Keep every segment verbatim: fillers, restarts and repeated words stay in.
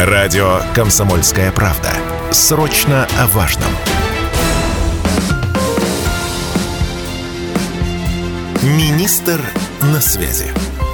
Радио «Комсомольская правда». Срочно о важном. Министр на связи.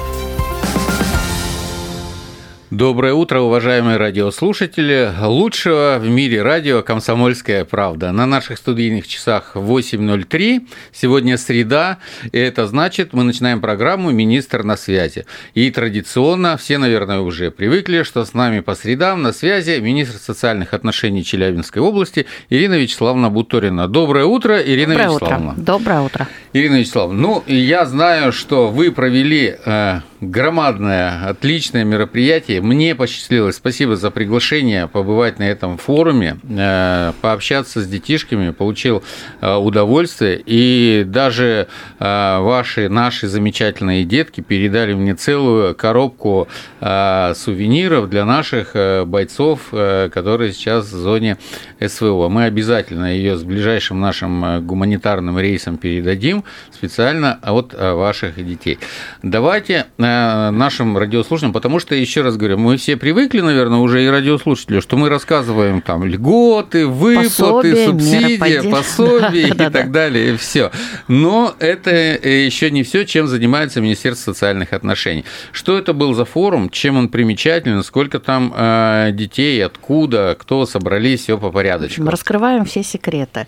Доброе утро, уважаемые радиослушатели. Лучшего в мире радио «Комсомольская правда». На наших студийных часах восемь ноль три. Сегодня среда, и это значит, мы начинаем программу «Министр на связи». И традиционно, все, наверное, уже привыкли, что с нами по средам на связи министр социальных отношений Челябинской области Ирина Вячеславовна Буторина. Доброе утро, Ирина Доброе Вячеславовна. Утро. Доброе утро. Ирина Вячеславовна, ну, я знаю, что вы провели э, громадное, отличное мероприятие. Мне посчастливилось, спасибо за приглашение, побывать на этом форуме, э, пообщаться с детишками, получил э, удовольствие. И даже э, ваши, наши замечательные детки передали мне целую коробку э, сувениров для наших э, бойцов, э, которые сейчас в зоне СВО. Мы обязательно ее с ближайшим нашим гуманитарным рейсом передадим специально от ваших детей. Давайте нашим радиослушателям, потому что, еще раз говорю, мы все привыкли, наверное, уже и радиослушатели, что мы рассказываем там льготы, выплаты, пособие, субсидии, пособия да, и так далее, и все. Но это еще не все, чем занимается Министерство социальных отношений. Что это был за форум, чем он примечателен, сколько там детей, откуда, кто собрались, все по порядочку. Мы раскрываем все секреты.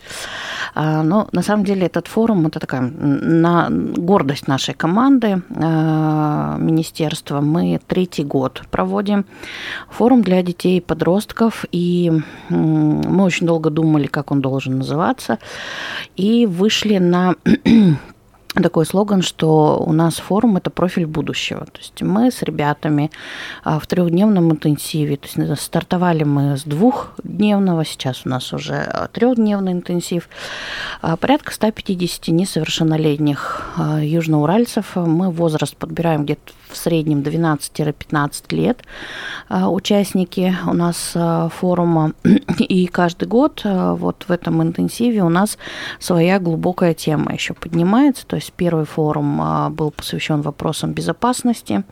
Но на самом деле этот форум – это такая на гордость нашей команды министерства. Мы третий год проводим форум для детей и подростков, и мы очень долго думали, как он должен называться, и вышли на такой слоган, что у нас форум – это профиль будущего. То есть мы с ребятами в трехдневном интенсиве, то есть стартовали мы с двухдневного, сейчас у нас уже трехдневный интенсив, порядка ста пятидесяти несовершеннолетних южноуральцев. Мы возраст подбираем где-то в среднем двенадцать-пятнадцать лет участники у нас форума. И каждый год вот в этом интенсиве у нас своя глубокая тема еще поднимается. То есть первый форум был посвящен вопросам безопасности.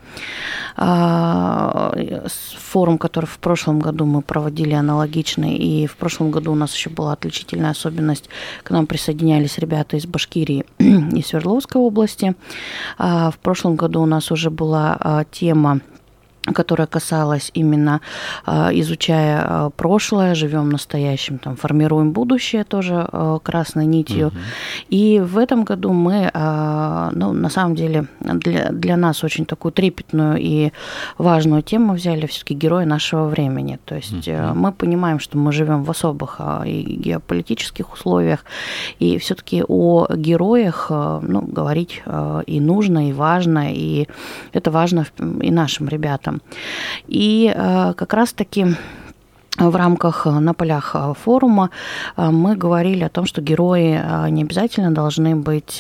Форум, который в прошлом году мы проводили аналогичный, и в прошлом году у нас еще была отличительная особенность. К нам присоединялись ребята из Башкирии и Свердловской области. В прошлом году у нас уже была тема, которая касалась именно изучая прошлое, живем настоящим, там, формируем будущее тоже красной нитью. Угу. И в этом году мы, ну, на самом деле, для, для нас очень такую трепетную и важную тему взяли все-таки герои нашего времени. То есть угу. мы понимаем, что мы живем в особых и геополитических условиях, и все-таки о героях, ну, говорить и нужно, и важно, и это важно и нашим ребятам. И э, как раз-таки в рамках, на полях форума мы говорили о том, что герои не обязательно должны быть,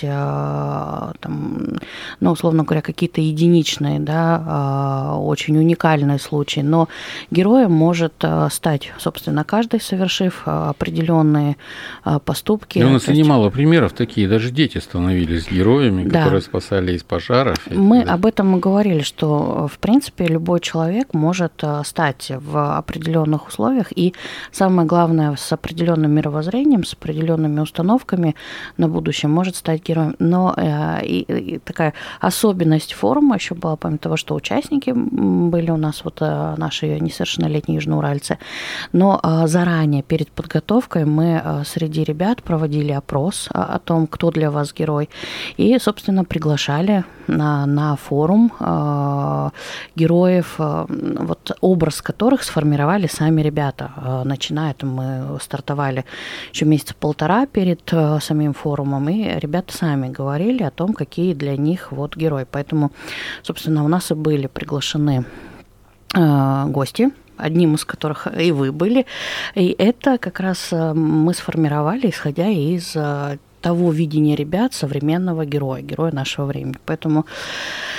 там, ну, условно говоря, какие-то единичные, да, очень уникальные случаи, но героем может стать, собственно, каждый, совершив определенные поступки. И у нас и немало примеров такие, даже дети становились героями, да, которые спасали из пожаров. Мы об этом и говорили, что, в принципе, любой человек может стать в определенных условиях, и самое главное, с определенным мировоззрением, с определенными установками на будущее может стать героем. Но э, и, и такая особенность форума еще была, помимо того, что участники были у нас, вот э, наши несовершеннолетние южноуральцы, но э, заранее, перед подготовкой, мы э, среди ребят проводили опрос о, о том, кто для вас герой, и, собственно, приглашали на, на форум э, героев, э, вот образ которых сформировали сами ребята. Ребята, начиная, мы стартовали еще месяца полтора перед самим форумом, и ребята сами говорили о том, какие для них вот герои. Поэтому, собственно, у нас и были приглашены э, гости, одним из которых и вы были. И это как раз мы сформировали, исходя из того видения ребят современного героя, героя нашего времени. Поэтому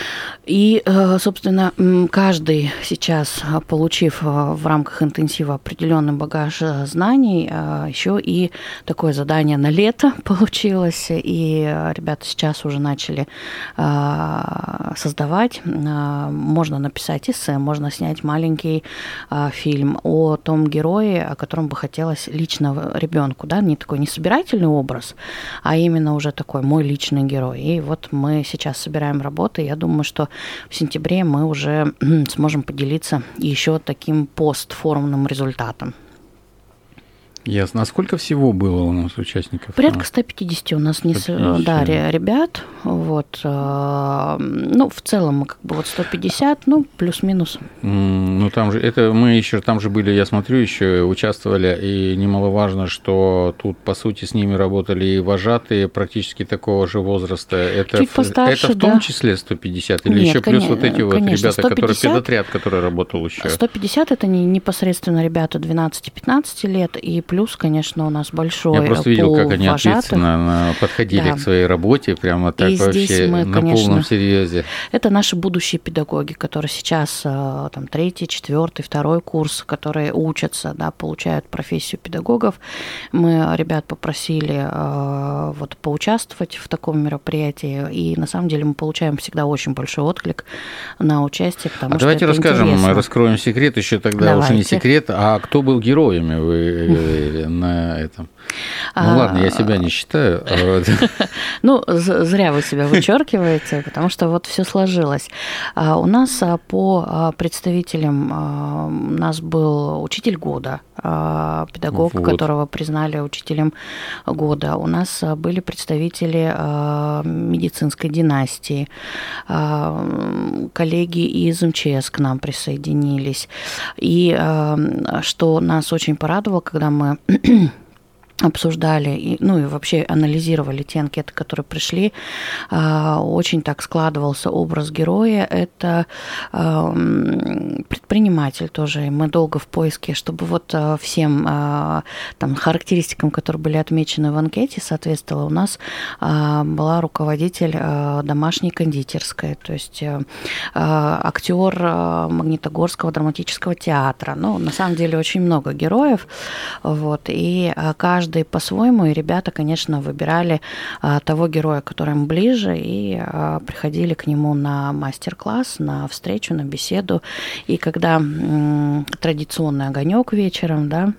И, собственно, каждый сейчас, получив в рамках интенсива определенный багаж знаний, еще и такое задание на лето получилось, и ребята сейчас уже начали создавать. Можно написать эссе, можно снять маленький фильм о том герое, о котором бы хотелось лично ребенку, да, не такой не собирательный образ, а именно уже такой мой личный герой. И вот мы сейчас собираем работы, я думаю, что в сентябре мы уже сможем поделиться еще таким постфорумным результатом. Ясно. А сколько всего было у нас участников? Порядка сто пятьдесят у нас не сто пятьдесят. Да, ребят. Вот. Ну, в целом мы как бы вот сто пятьдесят, ну, плюс-минус. Ну, там же, это мы еще, там же были, я смотрю, еще участвовали, и немаловажно, что тут, по сути, с ними работали и вожатые практически такого же возраста. Это, чуть постарше, это в том да. числе сто пятьдесят? Или Нет, еще плюс конечно, вот эти вот конечно, ребята, сто пятьдесят, которые педотряд, который работал еще? сто пятьдесят это не непосредственно ребята двенадцати-пятнадцати лет, и плюс, конечно, у нас большой пул. Я просто видел, как они вожатых. ответственно подходили Да. к своей работе, прямо так И вообще мы, на конечно, полном серьезе. Это наши будущие педагоги, которые сейчас там третий, четвертый, второй курс, которые учатся, да, получают профессию педагогов. Мы ребят попросили вот поучаствовать в таком мероприятии, и на самом деле мы получаем всегда очень большой отклик на участие, потому а что давайте это расскажем, интересно. мы раскроем секрет еще тогда, Давайте. уже не секрет, а кто был героями, вы говорили, на этом? Ну А, ладно, я себя не считаю. Ну, зря вы себя вычеркиваете, потому что вот все сложилось. У нас по представителям, у нас был учитель года, педагог, вот. Которого признали учителем года. У нас были представители медицинской династии, коллеги из эм че эс к нам присоединились. И что нас очень порадовало, когда мы обсуждали, и, ну и вообще анализировали те анкеты, которые пришли, очень так складывался образ героя. Это предприниматель тоже. Мы долго в поиске, чтобы вот всем там характеристикам, которые были отмечены в анкете, соответствовало. У нас была руководитель домашней кондитерской, то есть актер Магнитогорского драматического театра. Ну, на самом деле, очень много героев. Вот, и каждый по-своему, и ребята, конечно, выбирали а, того героя, который им ближе, и а, приходили к нему на мастер-класс, на встречу, на беседу. И когда м, традиционный огонек вечером, да,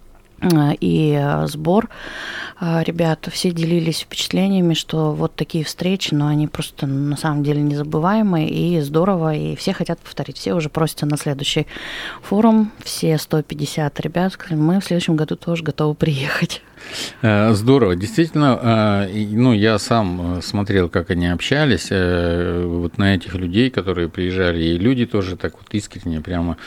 и сбор, ребята все делились впечатлениями, что вот такие встречи, но они просто на самом деле незабываемые и здорово, и все хотят повторить. Все уже просятся на следующий форум, все сто пятьдесят ребят, мы в следующем году тоже готовы приехать. Здорово. Действительно, ну, я сам смотрел, как они общались, вот на этих людей, которые приезжали, и люди тоже так вот искренне прямо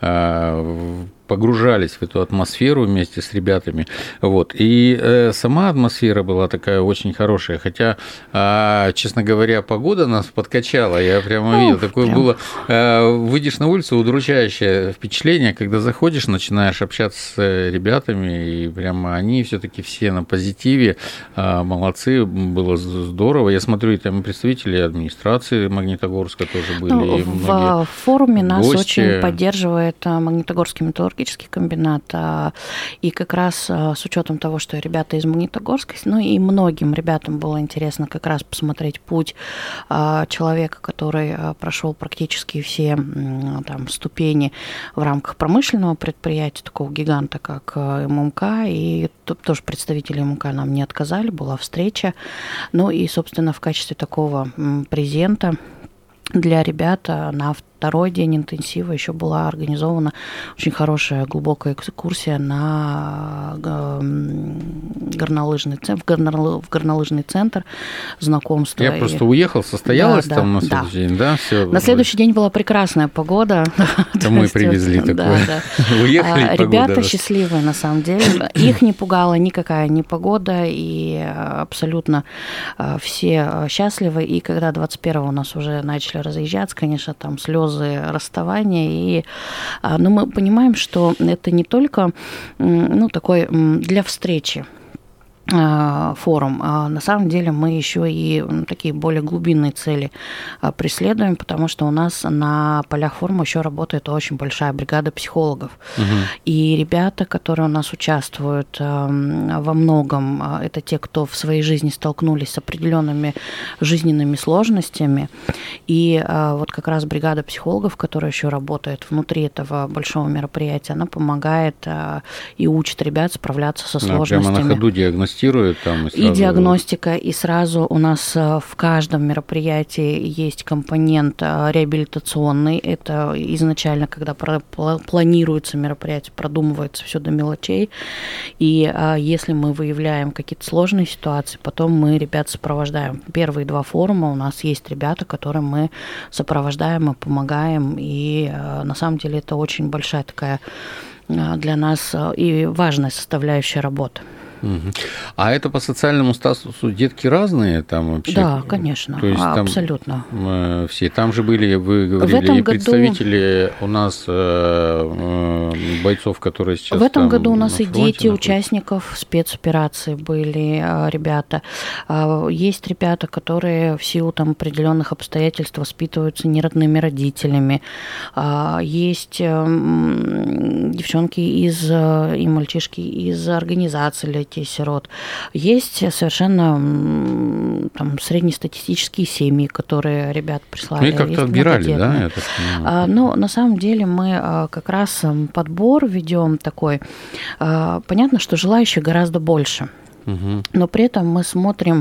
погружались в эту атмосферу вместе с ребятами. Вот. И э, сама атмосфера была такая очень хорошая, хотя, э, честно говоря, погода нас подкачала, я прямо видел, такое прям было, э, выйдешь на улицу, удручающее впечатление, когда заходишь, начинаешь общаться с ребятами, и прямо они все-таки все на позитиве, э, молодцы, было здорово. Я смотрю, и там представители администрации Магнитогорска тоже были. Ну, и в форуме нас гости. Очень поддерживает Магнитогорский металлургический комбинат, и как раз с учетом того, что ребята из Магнитогорска, ну и многим ребятам было интересно как раз посмотреть путь человека, который прошел практически все там ступени в рамках промышленного предприятия, такого гиганта, как эм эм ка, и тоже представители эм эм ка нам не отказали, была встреча. Ну и, собственно, в качестве такого презента для ребят на второй день интенсива еще была организована очень хорошая глубокая экскурсия на горнолыжный центр, в горнолыжный центр, знакомства. Я просто уехал, состоялось да, там да, на следующий да. день, да? Все. На следующий день была прекрасная погода. Это мы привезли такое. Уехали, ребята счастливые, на самом деле. Их не пугала никакая ни погода, и абсолютно все счастливы. И когда двадцать первого у нас уже начали разъезжаться, конечно, там слезы расставания, и, но мы понимаем, что это не только, ну, такой для встречи. форум. А на самом деле мы еще и такие более глубинные цели преследуем, потому что у нас на полях форума еще работает очень большая бригада психологов. Угу. И ребята, которые у нас участвуют, во многом это те, кто в своей жизни столкнулись с определенными жизненными сложностями. И вот как раз бригада психологов, которая еще работает внутри этого большого мероприятия, она помогает и учит ребят справляться со сложностями. Прямо на ходу диагностирует. Там, и, сразу... и диагностика, и сразу у нас в каждом мероприятии есть компонент реабилитационный. Это изначально, когда планируется мероприятие, продумывается все до мелочей. И если мы выявляем какие-то сложные ситуации, потом мы ребят сопровождаем. Первые два форума у нас есть ребята, которым мы сопровождаем и помогаем. И на самом деле это очень большая такая для нас и важная составляющая работы. А это по социальному статусу детки разные там вообще? Да, конечно, то есть абсолютно. Там все, там же были, вы говорили, и представители году... у нас бойцов, которые сейчас в этом там году у нас и дети находятся. Участников спецоперации были ребята. Есть ребята, которые в силу там определенных обстоятельств воспитываются неродными родителями. Есть девчонки из и мальчишки из организации для детей-сирот. Есть совершенно там среднестатистические семьи, которые ребят прислали. Ну и как-то отбирали, да? Я так понимаю. Но на самом деле мы как раз подбор ведем такой. Понятно, что желающих гораздо больше. Но при этом мы смотрим,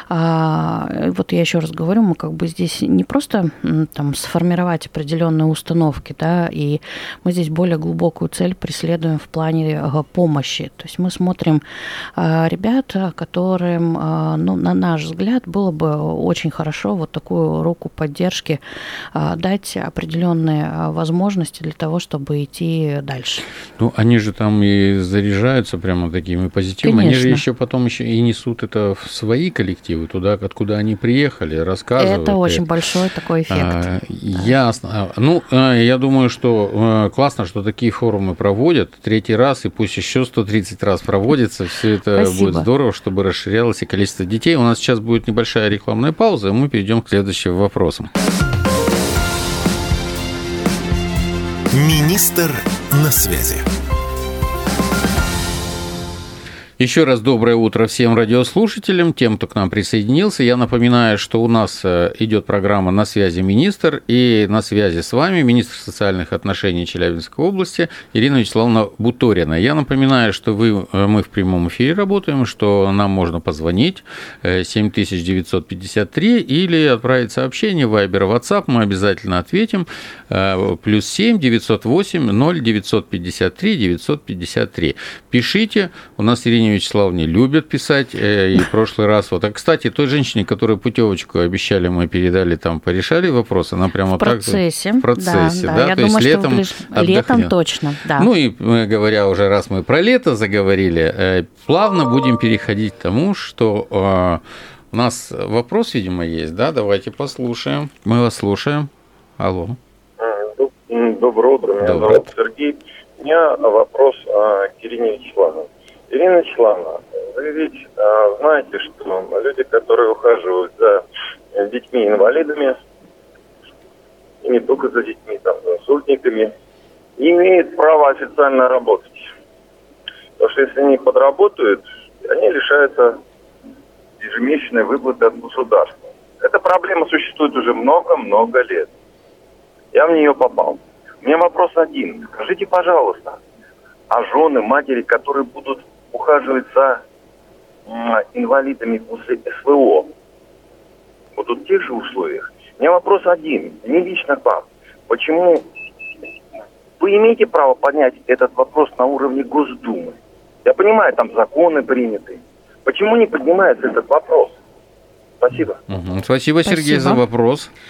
вот я еще раз говорю, мы как бы здесь не просто там сформировать определенные установки, да, и мы здесь более глубокую цель преследуем в плане помощи. То есть мы смотрим ребят, которым, ну, на наш взгляд, было бы очень хорошо вот такую руку поддержки дать определенные возможности для того, чтобы идти дальше. Ну, они же там и заряжаются прямо такими позитивами. Конечно. Они же еще потом еще и несут это в свои коллективы, туда, откуда они приехали, рассказывают. Это очень большой такой эффект. А, ясно. Ну, я думаю, что классно, что такие форумы проводят третий раз, и пусть еще сто тридцать раз проводится. Все это Спасибо. Будет здорово, чтобы расширялось и количество детей. У нас сейчас будет небольшая рекламная пауза, и мы перейдем к следующим вопросам. Министр на связи. Еще раз доброе утро всем радиослушателям, тем, кто к нам присоединился. Я напоминаю, что у нас идет программа «На связи министр», и на связи с вами министр социальных отношений Челябинской области Ирина Вячеславовна Буторина. Я напоминаю, что вы, мы в прямом эфире работаем, что нам можно позвонить семь тысяч девятьсот пятьдесят три или отправить сообщение в Viber, WhatsApp, мы обязательно ответим, плюс семь девятьсот восемь ноль девятьсот пятьдесят три девятьсот пятьдесят три. Пишите, у нас Ирина Вячеславовне любят писать, и в прошлый раз вот. А, кстати, той женщине, которую путевочку обещали, мы передали, там порешали вопрос, она прямо в процессе, так... В процессе, да, да, да. Я то думаю, есть летом ближ... Летом точно, да. Ну и, говоря уже, раз мы про лето заговорили, плавно будем переходить к тому, что у нас вопрос, видимо, есть, да, давайте послушаем. Мы вас слушаем. Алло. Доброе утро, меня Доброе. зовут Сергей. У меня вопрос к Ирине Вячеславовне. Ирина Вячеславовна, вы ведь а, знаете, что люди, которые ухаживают за детьми-инвалидами, и не только за детьми, там, за инсультниками, имеют право официально работать. Потому что если они подработают, они лишаются ежемесячной выплаты от государства. Эта проблема существует уже много-много лет. Я в нее попал. У меня вопрос один. Скажите, пожалуйста, а жены, матери, которые будут ухаживать за инвалидами после СВО, будут в тех же условиях? У меня вопрос один, не лично к вам. Почему вы имеете право поднять этот вопрос на уровне Госдумы? Я понимаю, там законы приняты. Почему не поднимается этот вопрос? Спасибо. Спасибо, Сергей, Спасибо. за вопрос.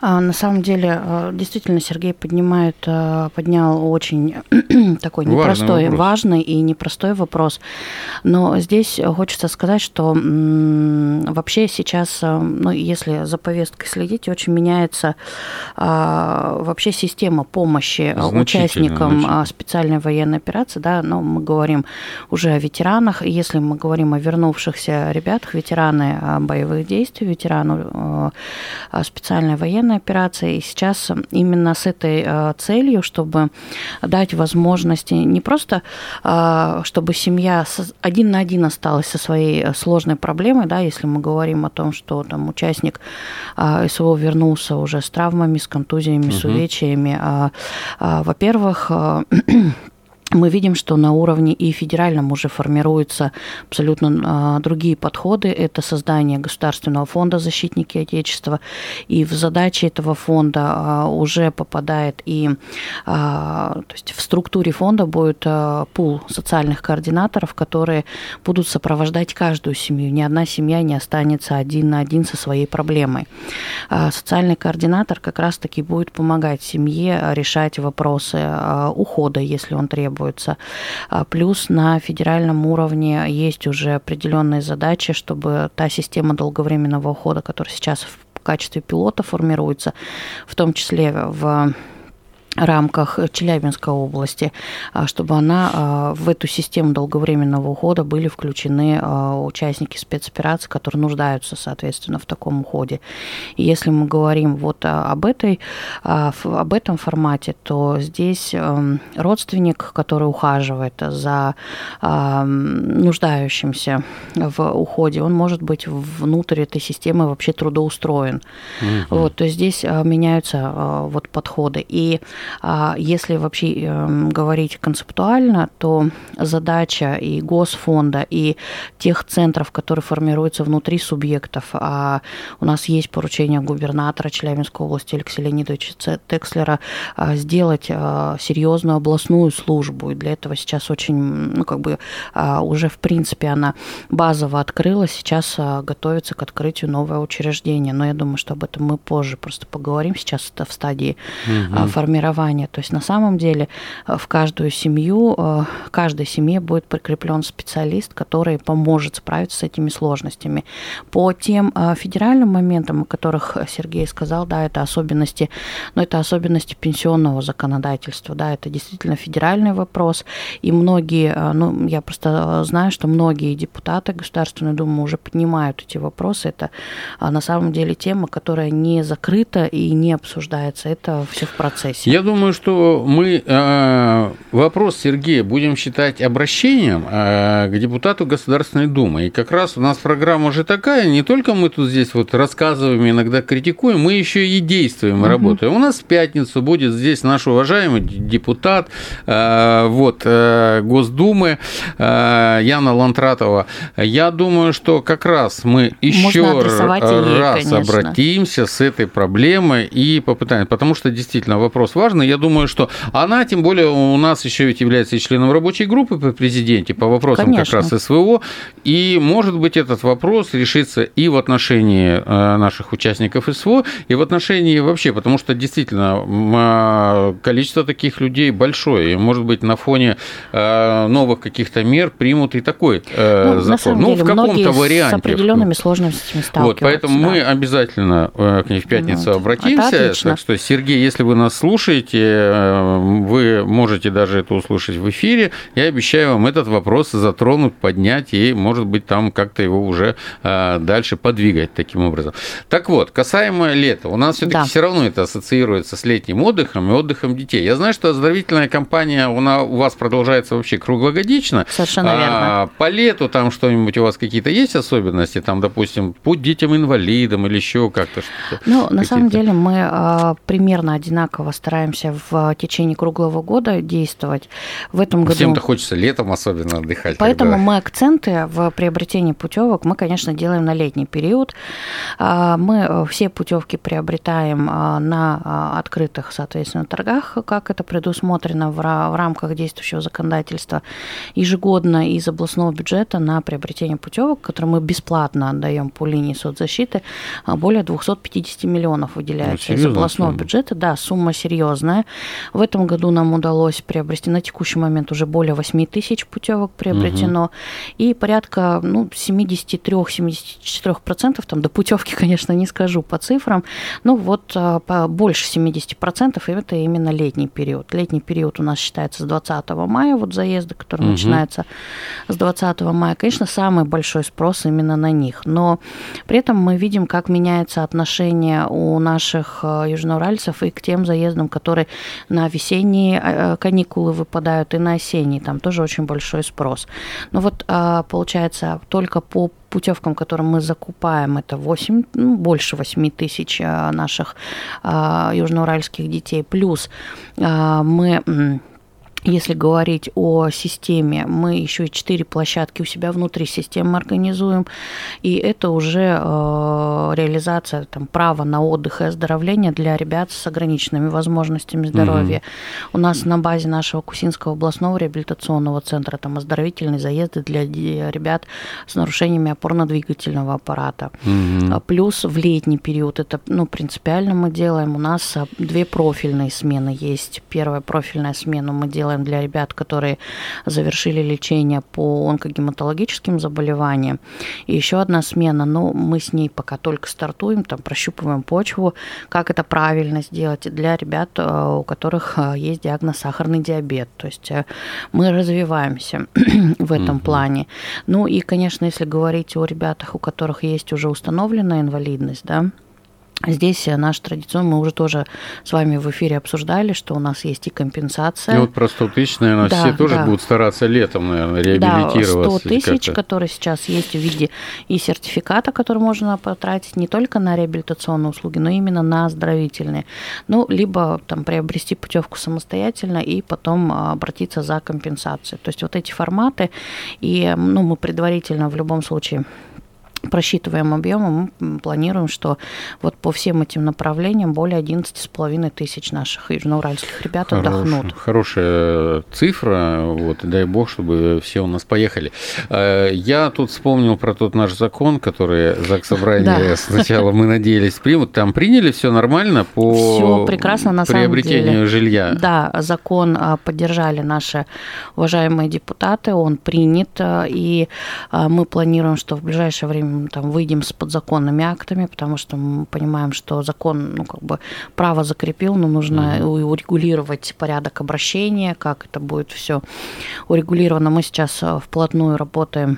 На самом деле, действительно, Сергей поднимает, поднял очень такой непростой, важный, важный и непростой вопрос. Но здесь хочется сказать, что вообще сейчас, ну, если за повесткой следить, очень меняется вообще система помощи участникам специальной военной операции. Да, но мы говорим уже о ветеранах. Если мы говорим о вернувшихся ребятах, ветераны боевых действий, ветераны специальной военной операции. И сейчас именно с этой целью, чтобы дать возможности не просто, чтобы семья один на один осталась со своей сложной проблемой, да, если мы говорим о том, что там участник СВО вернулся уже с травмами, с контузиями, угу. с увечьями. Во-первых, мы видим, что на уровне и федеральном уже формируются абсолютно другие подходы. Это создание Государственного фонда «Защитники Отечества». И в задачи этого фонда уже попадает и то есть в структуре фонда будет пул социальных координаторов, которые будут сопровождать каждую семью. Ни одна семья не останется один на один со своей проблемой. Социальный координатор как раз-таки будет помогать семье решать вопросы ухода, если он требует. Плюс на федеральном уровне есть уже определенные задачи, чтобы та система долговременного ухода, которая сейчас в качестве пилота формируется, в том числе в рамках Челябинской области, чтобы она в эту систему долговременного ухода были включены участники спецопераций, которые нуждаются, соответственно, в таком уходе. И если мы говорим вот об этой, об этом формате, то здесь родственник, который ухаживает за нуждающимся в уходе, он может быть внутрь этой системы вообще трудоустроен. Угу. Вот, то есть здесь меняются вот подходы. И если вообще говорить концептуально, то задача и Госфонда, и тех центров, которые формируются внутри субъектов, а у нас есть поручение губернатора Челябинской области Алексея Леонидовича Текслера сделать серьезную областную службу. И для этого сейчас очень, ну, как бы уже, в принципе, она базово открылась, сейчас готовится к открытию новое учреждение. Но я думаю, что об этом мы позже просто поговорим. Сейчас это в стадии угу. формирования. То есть на самом деле в каждую семью, каждой семье будет прикреплен специалист, который поможет справиться с этими сложностями. По тем федеральным моментам, о которых Сергей сказал, да, это особенности, но это особенности пенсионного законодательства, да, это действительно федеральный вопрос, и многие, ну, я просто знаю, что многие депутаты Государственной Думы уже поднимают эти вопросы. Это на самом деле тема, которая не закрыта и не обсуждается, это все в процессе. Я думаю, что мы э, вопрос Сергея будем считать обращением э, к депутату Государственной Думы. И как раз у нас программа уже такая, не только мы тут здесь вот рассказываем, иногда критикуем, мы еще и действуем, и работаем. У нас в пятницу будет здесь наш уважаемый депутат э, вот, э, Госдумы э, Яна Лантратова. Я думаю, что как раз мы еще раз ей, обратимся с этой проблемой и попытаемся, потому что действительно вопрос важный. Я думаю, что она, тем более, у нас еще ведь является и членом рабочей группы при президенте по вопросам Конечно. Как раз СВО, и, может быть, этот вопрос решится и в отношении наших участников СВО, и в отношении вообще, потому что действительно количество таких людей большое, и, может быть, на фоне новых каких-то мер примут и такой ну, закон. Ну, в каком-то варианте. С определенными сложностями сталкиваются. Вот, поэтому да. мы обязательно к ней в пятницу вот. обратимся. Так что, Сергей, если вы нас слушаете, вы можете даже это услышать в эфире. Я обещаю вам этот вопрос затронуть, поднять и, может быть, там как-то его уже дальше подвигать таким образом. Так вот, касаемо лета, у нас все-таки да. все равно это ассоциируется с летним отдыхом и отдыхом детей. Я знаю, что оздоровительная кампания у вас продолжается вообще круглогодично. Совершенно верно. А по лету там что-нибудь у вас какие-то есть особенности? Там, допустим, путь детям-инвалидам или еще как-то что-то? Ну, на самом деле мы примерно одинаково стараемся стараемся в течение круглого года действовать. В этом году... Всем-то хочется летом особенно отдыхать. Поэтому когда... мы акценты в приобретении путевок мы, конечно, делаем на летний период. Мы все путевки приобретаем на открытых, соответственно, торгах, как это предусмотрено в рамках действующего законодательства, ежегодно из областного бюджета на приобретение путевок, которые мы бесплатно отдаем по линии соцзащиты, более двести пятьдесят миллионов выделяется ну, из областного сумма. бюджета. Да, сумма серьезная. В этом году нам удалось приобрести на текущий момент уже более восемь тысяч путевок приобретено, угу. и порядка ну, семьдесят три - семьдесят четыре процента, там до путевки, конечно, не скажу по цифрам, но вот по больше семьдесят процентов это именно летний период. Летний период у нас считается с двадцатого мая, вот заезды, которые угу. начинаются с двадцатого мая. Конечно, самый большой спрос именно на них, но при этом мы видим, как меняется отношение у наших южноуральцев и к тем заездам, которые на весенние каникулы выпадают, и на осенние, там тоже очень большой спрос. Но вот получается только по путевкам, которые мы закупаем, это восемь, ну, больше восемь тысяч наших южноуральских детей, плюс мы... Если говорить о системе, мы еще и четыре площадки у себя внутри системы организуем, и это уже э, реализация там, права на отдых и оздоровление для ребят с ограниченными возможностями здоровья. Mm-hmm. У нас на базе нашего Кусинского областного реабилитационного центра там оздоровительные заезды для ребят с нарушениями опорно-двигательного аппарата. Mm-hmm. Плюс в летний период, это ну, принципиально мы делаем, у нас две профильные смены есть. Первая профильная смена мы делаем для ребят, которые завершили лечение по онкогематологическим заболеваниям. И еще одна смена, но мы с ней пока только стартуем, там прощупываем почву, как это правильно сделать для ребят, у которых есть диагноз сахарный диабет. То есть мы развиваемся в этом mm-hmm. плане. Ну и, конечно, если говорить о ребятах, у которых есть уже установленная инвалидность, да, здесь наш традиционный, мы уже тоже с вами в эфире обсуждали, что у нас есть и компенсация. И вот про сто тысяч, наверное, да, все тоже да. будут стараться летом, наверное, реабилитироваться. Да, сто тысяч, которые сейчас есть в виде и сертификата, который можно потратить не только на реабилитационные услуги, но именно на оздоровительные. Ну, либо там приобрести путевку самостоятельно и потом обратиться за компенсацией. То есть вот эти форматы, и ну, мы предварительно в любом случае просчитываем объемы, мы планируем, что вот по всем этим направлениям более одиннадцать с половиной тысяч наших южноуральских ребят Хорош, отдохнут. Хорошая цифра, вот, и дай бог, чтобы все у нас поехали. Я тут вспомнил про тот наш закон, который Заксобрание да. сначала мы надеялись примут. Там приняли все нормально по всё прекрасно, на приобретению самом деле. жилья? Да, закон поддержали наши уважаемые депутаты, он принят, и мы планируем, что в ближайшее время там, выйдем с подзаконными актами, потому что мы понимаем, что закон, ну, как бы право закрепил, но нужно mm-hmm. урегулировать порядок обращения, как это будет все урегулировано. Мы сейчас вплотную работаем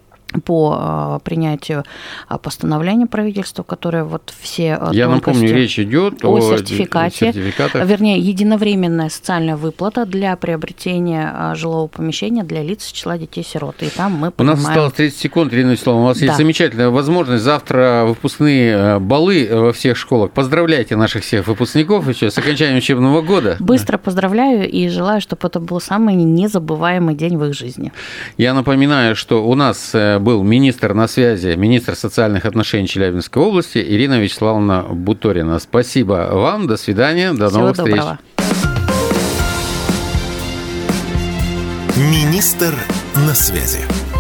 по принятию постановления правительства, которое вот все Я напомню, речь идет о, о сертификате, вернее, единовременная социальная выплата для приобретения жилого помещения для лиц из числа детей-сирот. И там мы понимаем... У нас осталось тридцать секунд, Ирина Вячеславовна, у вас да. есть замечательная возможность. Завтра выпускные баллы во всех школах. Поздравляйте наших всех выпускников еще с окончанием учебного года. Быстро поздравляю и желаю, чтобы это был самый незабываемый день в их жизни. Я напоминаю, что у нас был министр на связи, министр социальных отношений Челябинской области Ирина Вячеславовна Буторина. Спасибо вам, до свидания, до Всего новых доброго. встреч. Министр на связи.